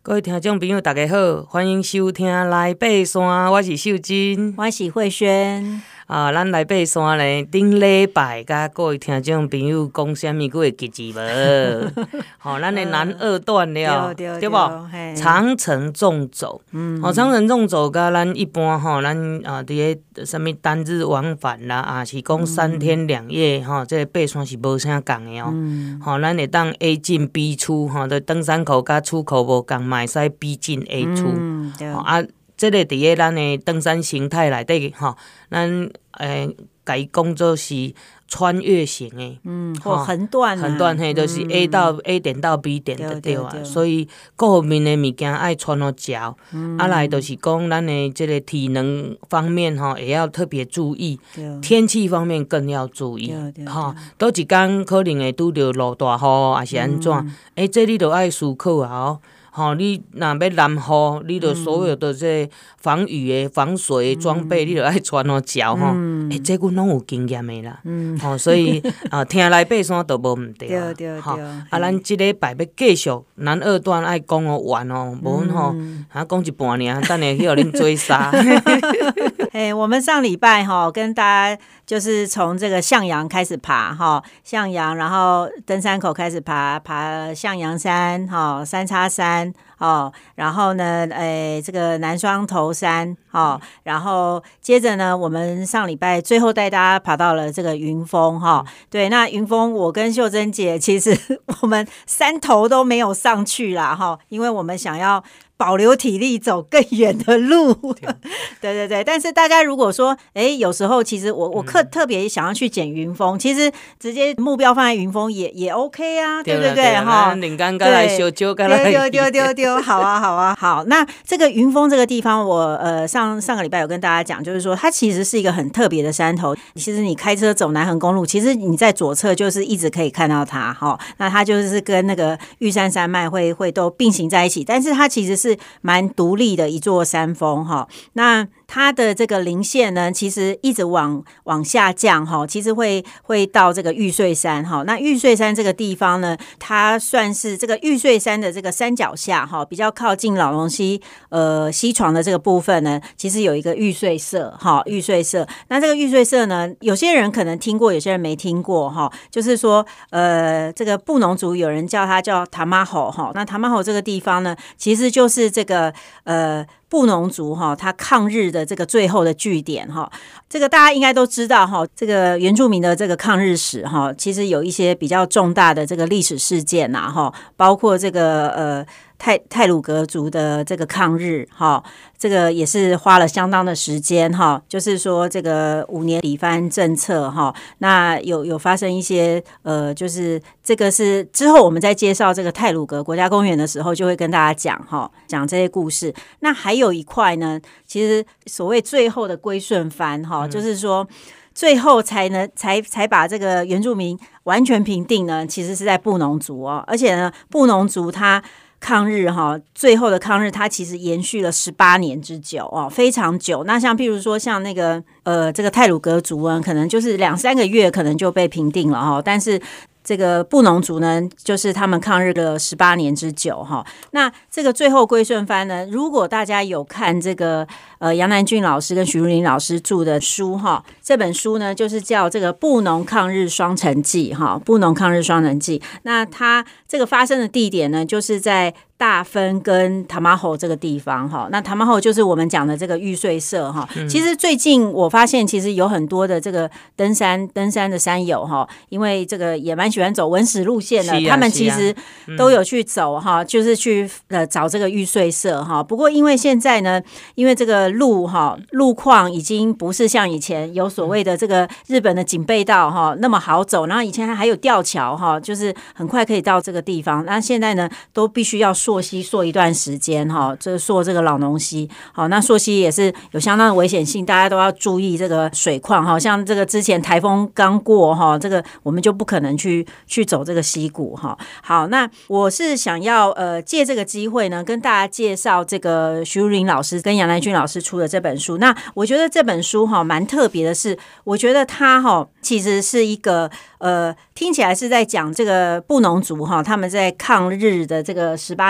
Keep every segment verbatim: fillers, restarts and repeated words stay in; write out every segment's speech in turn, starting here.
各位听众朋友大家好，欢迎收听来爬山，我是秀珍， 我是慧萱。 啊，咱来爬山咧，顶礼拜甲各位听众朋友讲啥物几个日子无？吼、哦，咱的南二段了， 对对对不？长程纵走，嗯，哦，长程纵走，甲咱一般吼，咱啊，伫个啥物单日往返啦，啊，是讲三天两夜，吼、嗯，这个爬山是无啥共的哦。嗯，吼、哦，咱会当 A 进 B 出，吼、哦，就登山口甲出口无共，嘛会使 B 进 A 出，嗯，对。哦、啊，这个伫个咱的登山形态内底，吼、哦，咱诶，甲伊讲做是穿越型的， 嗯，或横断、啊， 横断嘿，就是 A 到、嗯、A 点到 B 点就对啊。所以各方面的物件爱穿好脚，嗯、啊来就是讲咱的这个体能方面吼，也要特别注意，天气方面更要注意，哈，倒一天可能会拄着落大雨，还是安怎？诶、嗯欸，这你都爱思考啊哦。吼、哦，你若要淋雨，你著所有的这防雨的、防水的装备，嗯、你著爱穿好脚吼。诶、嗯欸，这阮拢有经验的啦。嗯，吼、哦，所以啊、呃，听来爬山都无毋对啊。 对对对。啊，咱即礼拜要继续南二段爱讲哦完哦，无吼，啊讲一半尔，等下去互恁追杀。 哎，我们上礼拜哈跟大家就是从这个向阳开始爬哈，向阳，然后登山口开始爬，爬向阳山哈，三叉山哦，然后呢，哎，这个南双头山哦，然后接着呢，我们上礼拜最后带大家爬到了这个云峰哈，对，那云峰我跟秀珍姐其实我们山头都没有上去啦哈，因为我们想要保留体力走更远的路，对对对。但是大家如果说，哎，有时候其实我我特特别想要去捡云峰，其实直接目标放在云峰也也 OK 啊，对不对？哈， 领干干来修修干来， 丢丢丢丢，好啊好啊好。那这个云峰这个地方，我呃上上个礼拜有跟大家讲，就是说它其实是一个很特别的山头。其实你开车走南横公路，其实你在左侧就是一直可以看到它哈。那它就是跟那个玉山山脉会会都并行在一起，但是它其实是是蛮独立的一座山峰哈，那它的这个零线呢，其实一直往往下降哈，其实会会到这个玉穗山哈。那玉穗山这个地方呢，它算是这个玉穗山的这个山脚下哈，比较靠近老龙溪呃溪床的这个部分呢，其实有一个玉穗社哈，玉穗社。那这个玉穗社呢，有些人可能听过，有些人没听过哈。就是说呃，这个布农族有人叫它叫塔马吼哈，那塔马吼这个地方呢，其实就是是这个呃布农族哈，他抗日的这个最后的据点哈，这个大家应该都知道哈，这个原住民的这个抗日史哈，其实有一些比较重大的这个历史事件呐哈，包括这个呃太太鲁阁族的这个抗日哈，这个也是花了相当的时间哈，就是说这个五年理番政策哈，那有有发生一些呃，就是这个是之后我们在介绍这个太鲁阁国家公园的时候，就会跟大家讲哈，讲这些故事。那还有一块呢，其实所谓最后的归顺番哈，嗯、就是说最后才能才才把这个原住民完全平定呢，其实是在布农族哦，而且呢，布农族他抗日哈，最后的抗日，它其实延续了十八年之久哦，非常久。那像譬如说，像那个呃，这个太鲁阁族啊，可能就是两三个月，可能就被平定了哈。但是这个布农族呢，就是他们抗日了十八年之久哈。那这个最后归顺番呢，如果大家有看这个呃杨南俊老师跟徐如林老师著的书哈，这本书呢就是叫这个布农抗日双城记哈，布农抗日双城记。那它这个发生的地点呢，就是在大分跟塔马吼这个地方哈，那塔马吼就是我们讲的这个玉穗社哈。嗯、其实最近我发现，其实有很多的这个登山登山的山友哈，因为这个也蛮喜欢走文史路线的，啊、他们其实都有去走哈，嗯、就是去呃找这个玉穗社哈。不过因为现在呢，因为这个路哈路况已经不是像以前有所谓的这个日本的警备道哈那么好走，然后以前还有吊桥哈，就是很快可以到这个地方。那现在呢，都必须要溯溪溯一段时间哈，这溯这个老农溪，好，那溯溪也是有相当的危险性，大家都要注意这个水况哈。像这个之前台风刚过哈，这个我们就不可能去去走这个溪谷哈。好，那我是想要呃借这个机会呢，跟大家介绍这个徐如林老师跟杨南俊老师出的这本书。那我觉得这本书哈蛮特别的是，我觉得它哈其实是一个呃听起来是在讲这个布农族哈他们在抗日的这个十八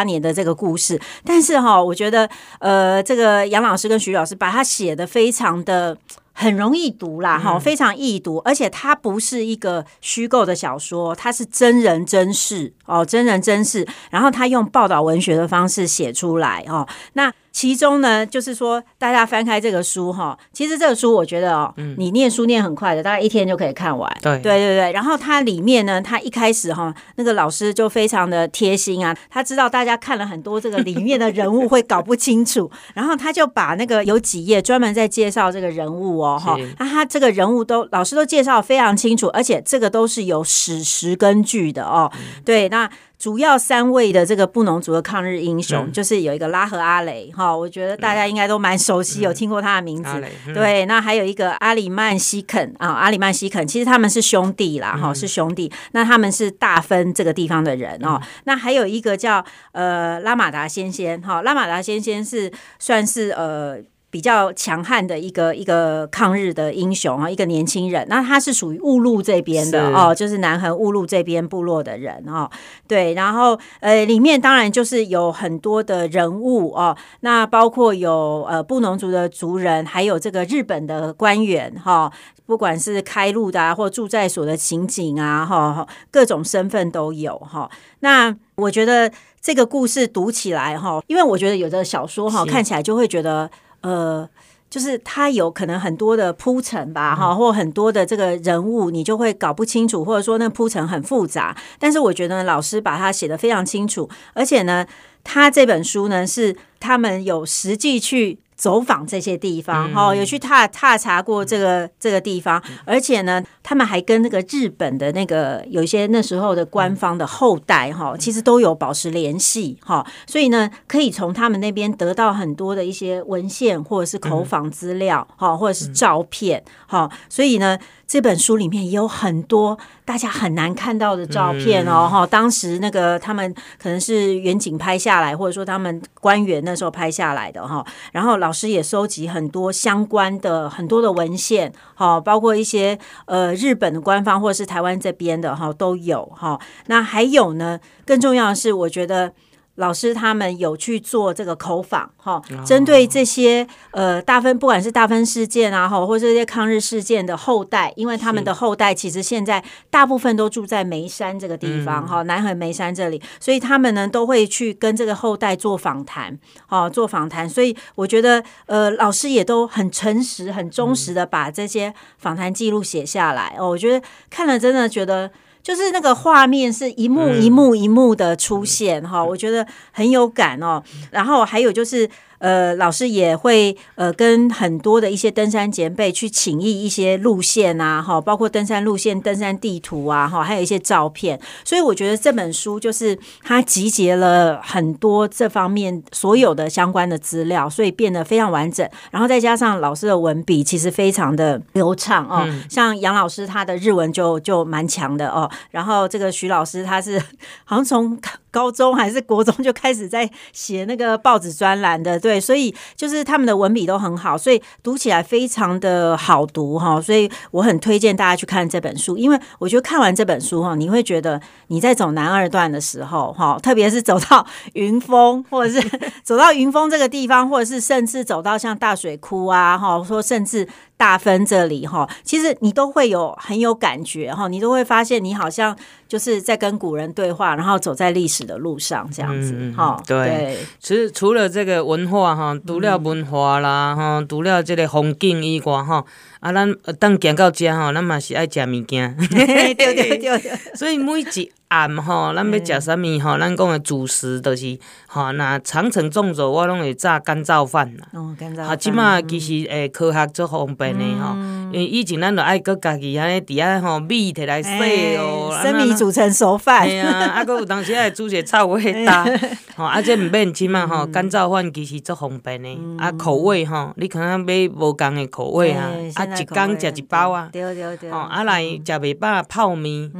八年的这个故事，但是哈，我觉得呃，这个杨老师跟徐老师把它写得非常的很容易读啦，哈、嗯，非常易读，而且它不是一个虚构的小说，它是真人真事哦，真人真事，然后他用报道文学的方式写出来哦，那。其中呢，就是说大家翻开这个书哈，其实这个书我觉得哦，嗯、你念书念很快的，大概一天就可以看完。 对对对对。然后它里面呢，它一开始哈，那个老师就非常的贴心啊，他知道大家看了很多这个里面的人物会搞不清楚，然后他就把那个有几页专门在介绍这个人物哦哈，那他这个人物都老师都介绍非常清楚，而且这个都是有史实根据的哦。嗯、对，那。主要三位的这个布农族的抗日英雄，嗯、就是有一个拉和阿雷哈，我觉得大家应该都蛮熟悉，嗯、有听过他的名字。嗯、对，那还有一个阿里曼西肯啊，阿里曼西肯，其实他们是兄弟啦，哈、嗯，是兄弟。那他们是大分这个地方的人哦。嗯、那还有一个叫呃拉玛达先先哈，拉玛达先先是算是呃。比较强悍的一个一个抗日的英雄啊，一个年轻人，那他是属于雾鹿这边的哦，就是南横雾鹿这边部落的人哦，对，然后呃里面当然就是有很多的人物哦，那包括有呃布农族的族人，还有这个日本的官员哈、哦，不管是开路的啊，或住在所的刑警啊哈，各种身份都有哈。那我觉得这个故事读起来哈，因为我觉得有的小说哈看起来就会觉得。呃，就是它有可能很多的铺陈吧，哈、嗯，或很多的这个人物，你就会搞不清楚，或者说那铺陈很复杂。但是我觉得老师把它写得非常清楚，而且呢，他这本书呢是他们有实际去。走访这些地方，哈、嗯，有去踏踏查过这个这个地方，而且呢，他们还跟那个日本的那个有一些那时候的官方的后代，哈，其实都有保持联系，哈，所以呢，可以从他们那边得到很多的一些文献或者是口访资料，哈、嗯，或者是照片，哈，所以呢。这本书里面也有很多大家很难看到的照片哦，哈、嗯，当时那个他们可能是远景拍下来，或者说他们官员那时候拍下来的哈。然后老师也收集很多相关的很多的文献，哈，包括一些呃日本的官方或者是台湾这边的哈都有哈。那还有呢，更重要的是，我觉得。老师他们有去做这个口访哈，针对这些呃大分不管是大分事件啊哈，或者这些抗日事件的后代，因为他们的后代其实现在大部分都住在梅山这个地方哈，南横梅山这里，所以他们呢都会去跟这个后代做访谈，哈，做访谈，所以我觉得呃老师也都很诚实、很忠实的把这些访谈记录写下来哦，我觉得看了真的觉得。就是那个画面是一幕一幕一幕的出现哈、嗯，我觉得很有感哦。然后还有就是呃，老师也会呃跟很多的一些登山前辈去请益一些路线啊，哈，包括登山路线、登山地图啊，哈，还有一些照片。所以我觉得这本书就是它集结了很多这方面所有的相关的资料，所以变得非常完整。然后再加上老师的文笔其实非常的流畅哦，嗯、像杨老师他的日文就就蛮强的哦。然后这个徐老师他是好像从高中还是国中就开始在写那个报纸专栏的，对，所以就是他们的文笔都很好，所以读起来非常的好读哈，所以我很推荐大家去看这本书，因为我觉得看完这本书哈，你会觉得你在走南二段的时候哈，特别是走到云峰，或者是走到云峰这个地方，或者是甚至走到像大水窟啊哈，说甚至大分这里哈，其实你都会有很有感觉哈，你都会发现你好像就是在跟古人对话，然后走在历史的路上这样子哈、嗯。 对，其实除了这个文化哈，除了文化啦哈，除了这个风景以外哈，啊，咱当行到这哈，咱嘛是爱吃物件。 对对对对。 所以每一暗吼，咱要食啥物吼？咱讲的主食就是吼，那长程纵走我拢会炸干燥饭啦。 哦，干燥饭。 哈，即马其实诶科学足方便的吼，因为以前咱就爱搁家己安尼伫遐吼米摕来洗哦， 生米煮成熟饭。 系啊，啊，搁有当时爱煮一个炒粿搭，吼，啊，这毋免即马吼，干燥饭其实足方便的，啊，口味吼，你可能买无共的口味啊，啊，一工食一包啊， 对对对。 吼，啊来食袂饱泡面，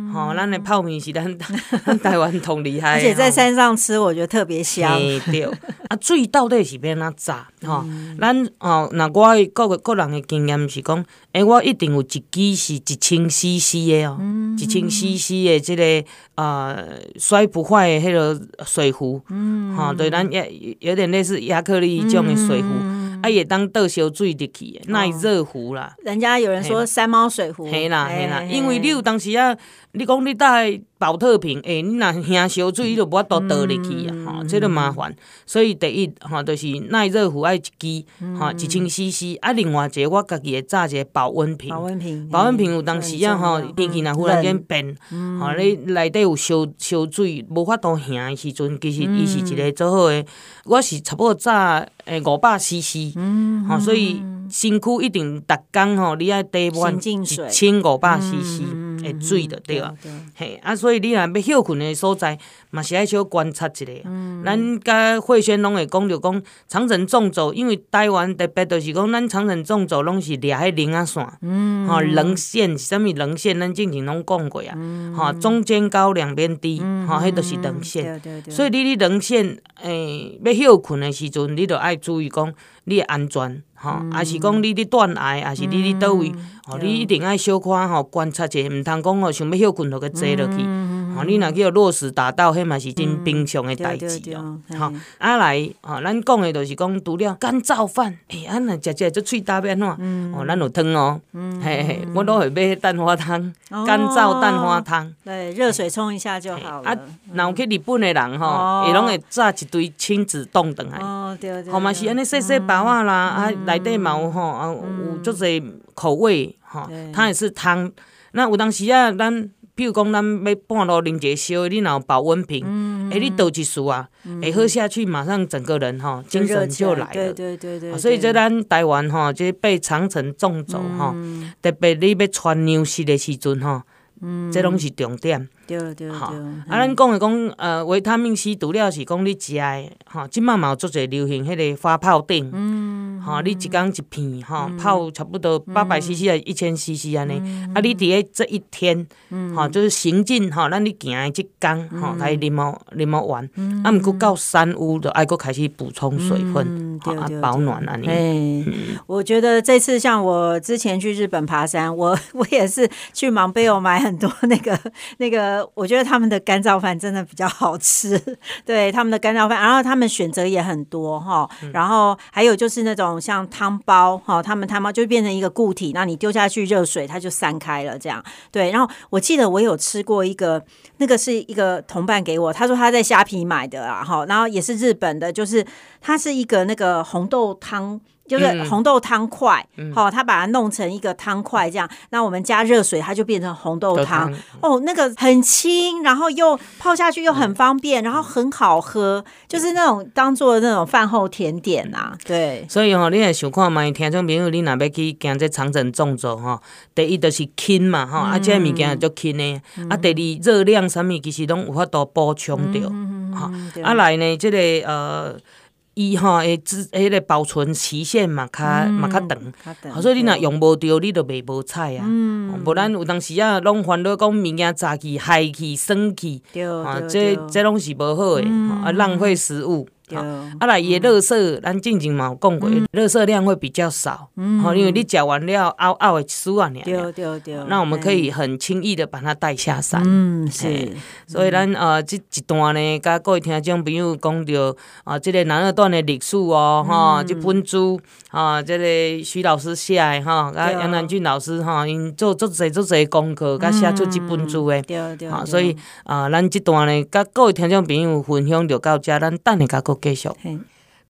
吼、咱的泡面是咱咱台湾同厉害的， 而且在山上吃，我觉得特别香。 对，啊，水到底是要哪炸？吼、嗯，咱哦，那我个个人的经验是讲，诶，我一定有一支是一千 C C 的哦，嗯、一千 C C 的这个呃摔不坏的迄个水壶，嗯，吼、哦，对，咱也有点类似亚克力迄种的水壶。嗯啊，也当倒烧水入去，耐热壶啦。 人家有人说山猫水壶， 嘿啦嘿啦，因为你有当时啊，你讲你带保特瓶，诶、欸，你若兄烧水，你就无法度倒入去啊，吼、嗯，这就麻烦。所以第一吼，就是耐热壶爱一支，吼、嗯，一千 C C。啊，另外一个我家己会炸一个保温瓶， 保温瓶， 保温瓶有当时啊，吼，天气若忽然间变，吼、嗯，你内底有烧烧水，无法度兄的时阵，其实伊是一个做好的。我是差不多炸诶五百 C C， 嗯，吼、嗯，所以身躯一定逐工吼，你爱滴满一千五百 C C 的水就对啊，嘿，啊，所以你若要休困的所在，嘛是爱小观察一下。嗯，咱甲慧萱拢会讲着讲长程纵走，因为台湾特别就是讲，咱长程纵走拢是掠迄零啊线，嗯，吼、喔、棱线是啥物棱线？咱之前拢讲过啊，吼、嗯，中间高两边低，吼、嗯，迄、喔、就是棱线。对对对。所以你咧棱线，诶、欸，要休困的时阵，你就爱注意讲你的安全。吼，也、嗯、是讲你咧断崖，也是你咧倒位，吼、嗯，你一定爱小可吼观察者，毋通讲吼想要休困就去坐落去，吼、嗯嗯，你若叫落石打到，迄嘛是真平常的代志哦。吼、嗯，啊來，吼，咱讲的就是講除了乾燥飯，誒、欸，啊若食食做喙焦要安怎？嗯、哦，咱有湯哦，嗯、嘿嘿，我都會買蛋花湯，乾燥蛋花湯。哦、 對，熱水沖一下就好了。啊， 若有去日本的人吼，伊攏會炸一堆親子凍轉來。 哦，對對。 吼嘛是安尼細細包啊啦，啊內底嘛有吼，啊有足儕口味吼，它也是湯。那有當時啊，咱比如講咱要半路啉一個燒，你若有保溫瓶，誒、嗯欸，你倒一束啊，誒、嗯，喝下去馬上整個人吼精神就來了。對對對對。所以這咱台灣吼，即爬長程縱走吼，嗯、特別你要穿牛式的時陣吼，嗯，這攏是重點。對對對。好，啊，咱講的講，呃，維他命 C 除了是講你食的，吼，即馬嘛有足儕流行迄個花泡錠，嗯，吼，你一工一片，吼，泡差不多八百 C C 啊，一千 C C 安尼，啊，你佇個這一天，吼，就是行進，吼，咱你行的即工，吼，來啉好啉好完，啊，毋過到山屋就愛閣開始補充水分，吼，啊，保暖安尼。 哎，我覺得這次像我之前去日本爬山，我我也是去芒貝歐買很多那個那個。我覺得他們的乾燥飯真的比較好吃，對他們的乾燥飯，然後他們選擇也很多哈，然後還有就是那種像湯包哈，他們湯包就變成一個固體，那你丟下去熱水它就散開了這樣。對，然後我記得我有吃過一個，那個是一個同伴給我，他說他在蝦皮買的啦哈，然後也是日本的，就是它是一個那個紅豆湯。就是紅豆湯塊，好、嗯哦，他把它弄成一個湯塊這樣，那我們加熱水，它就變成紅豆湯。哦，那個很輕，然後又泡下去又很方便，嗯、然後很好喝，就是那種當做那種飯後甜點啊。對， 所以吼、哦，你也想看嘛，聽眾朋友，你若要去行這長程縱走吼，第一就是輕嘛吼，嗯、啊，這個物件就足輕的，嗯、啊，第二熱量什麼其實攏有法度補充到， 嗯哈、 嗯嗯， 啊來呢，這個呃。伊吼會只迄個保存期限嘛，較嘛較長，所以你若用無着，你就賣無菜啊。無咱有當時啊，攏煩惱講物件炸去、害去、酸去，啊，這這攏是無好誒，啊，浪費食物。啊來伊誒垃圾，咱之前嘛有講過，垃圾量會比較少，吼，因為你食完了拗拗誒一絲啊， 對對對， 那我們可以很輕易的把它帶下山。 嗯，是。 所以咱呃，這一段呢，甲各位聽眾朋友講到啊，這個南二段的歷史哦，吼，這本書啊，這個徐老師寫誒吼，甲楊南俊老師吼，因做足儕足儕功課，甲寫出這本書誒， 對對。 啊，所以啊，咱這段呢，甲各位聽眾朋友分享就到這，咱等下甲個。繼續。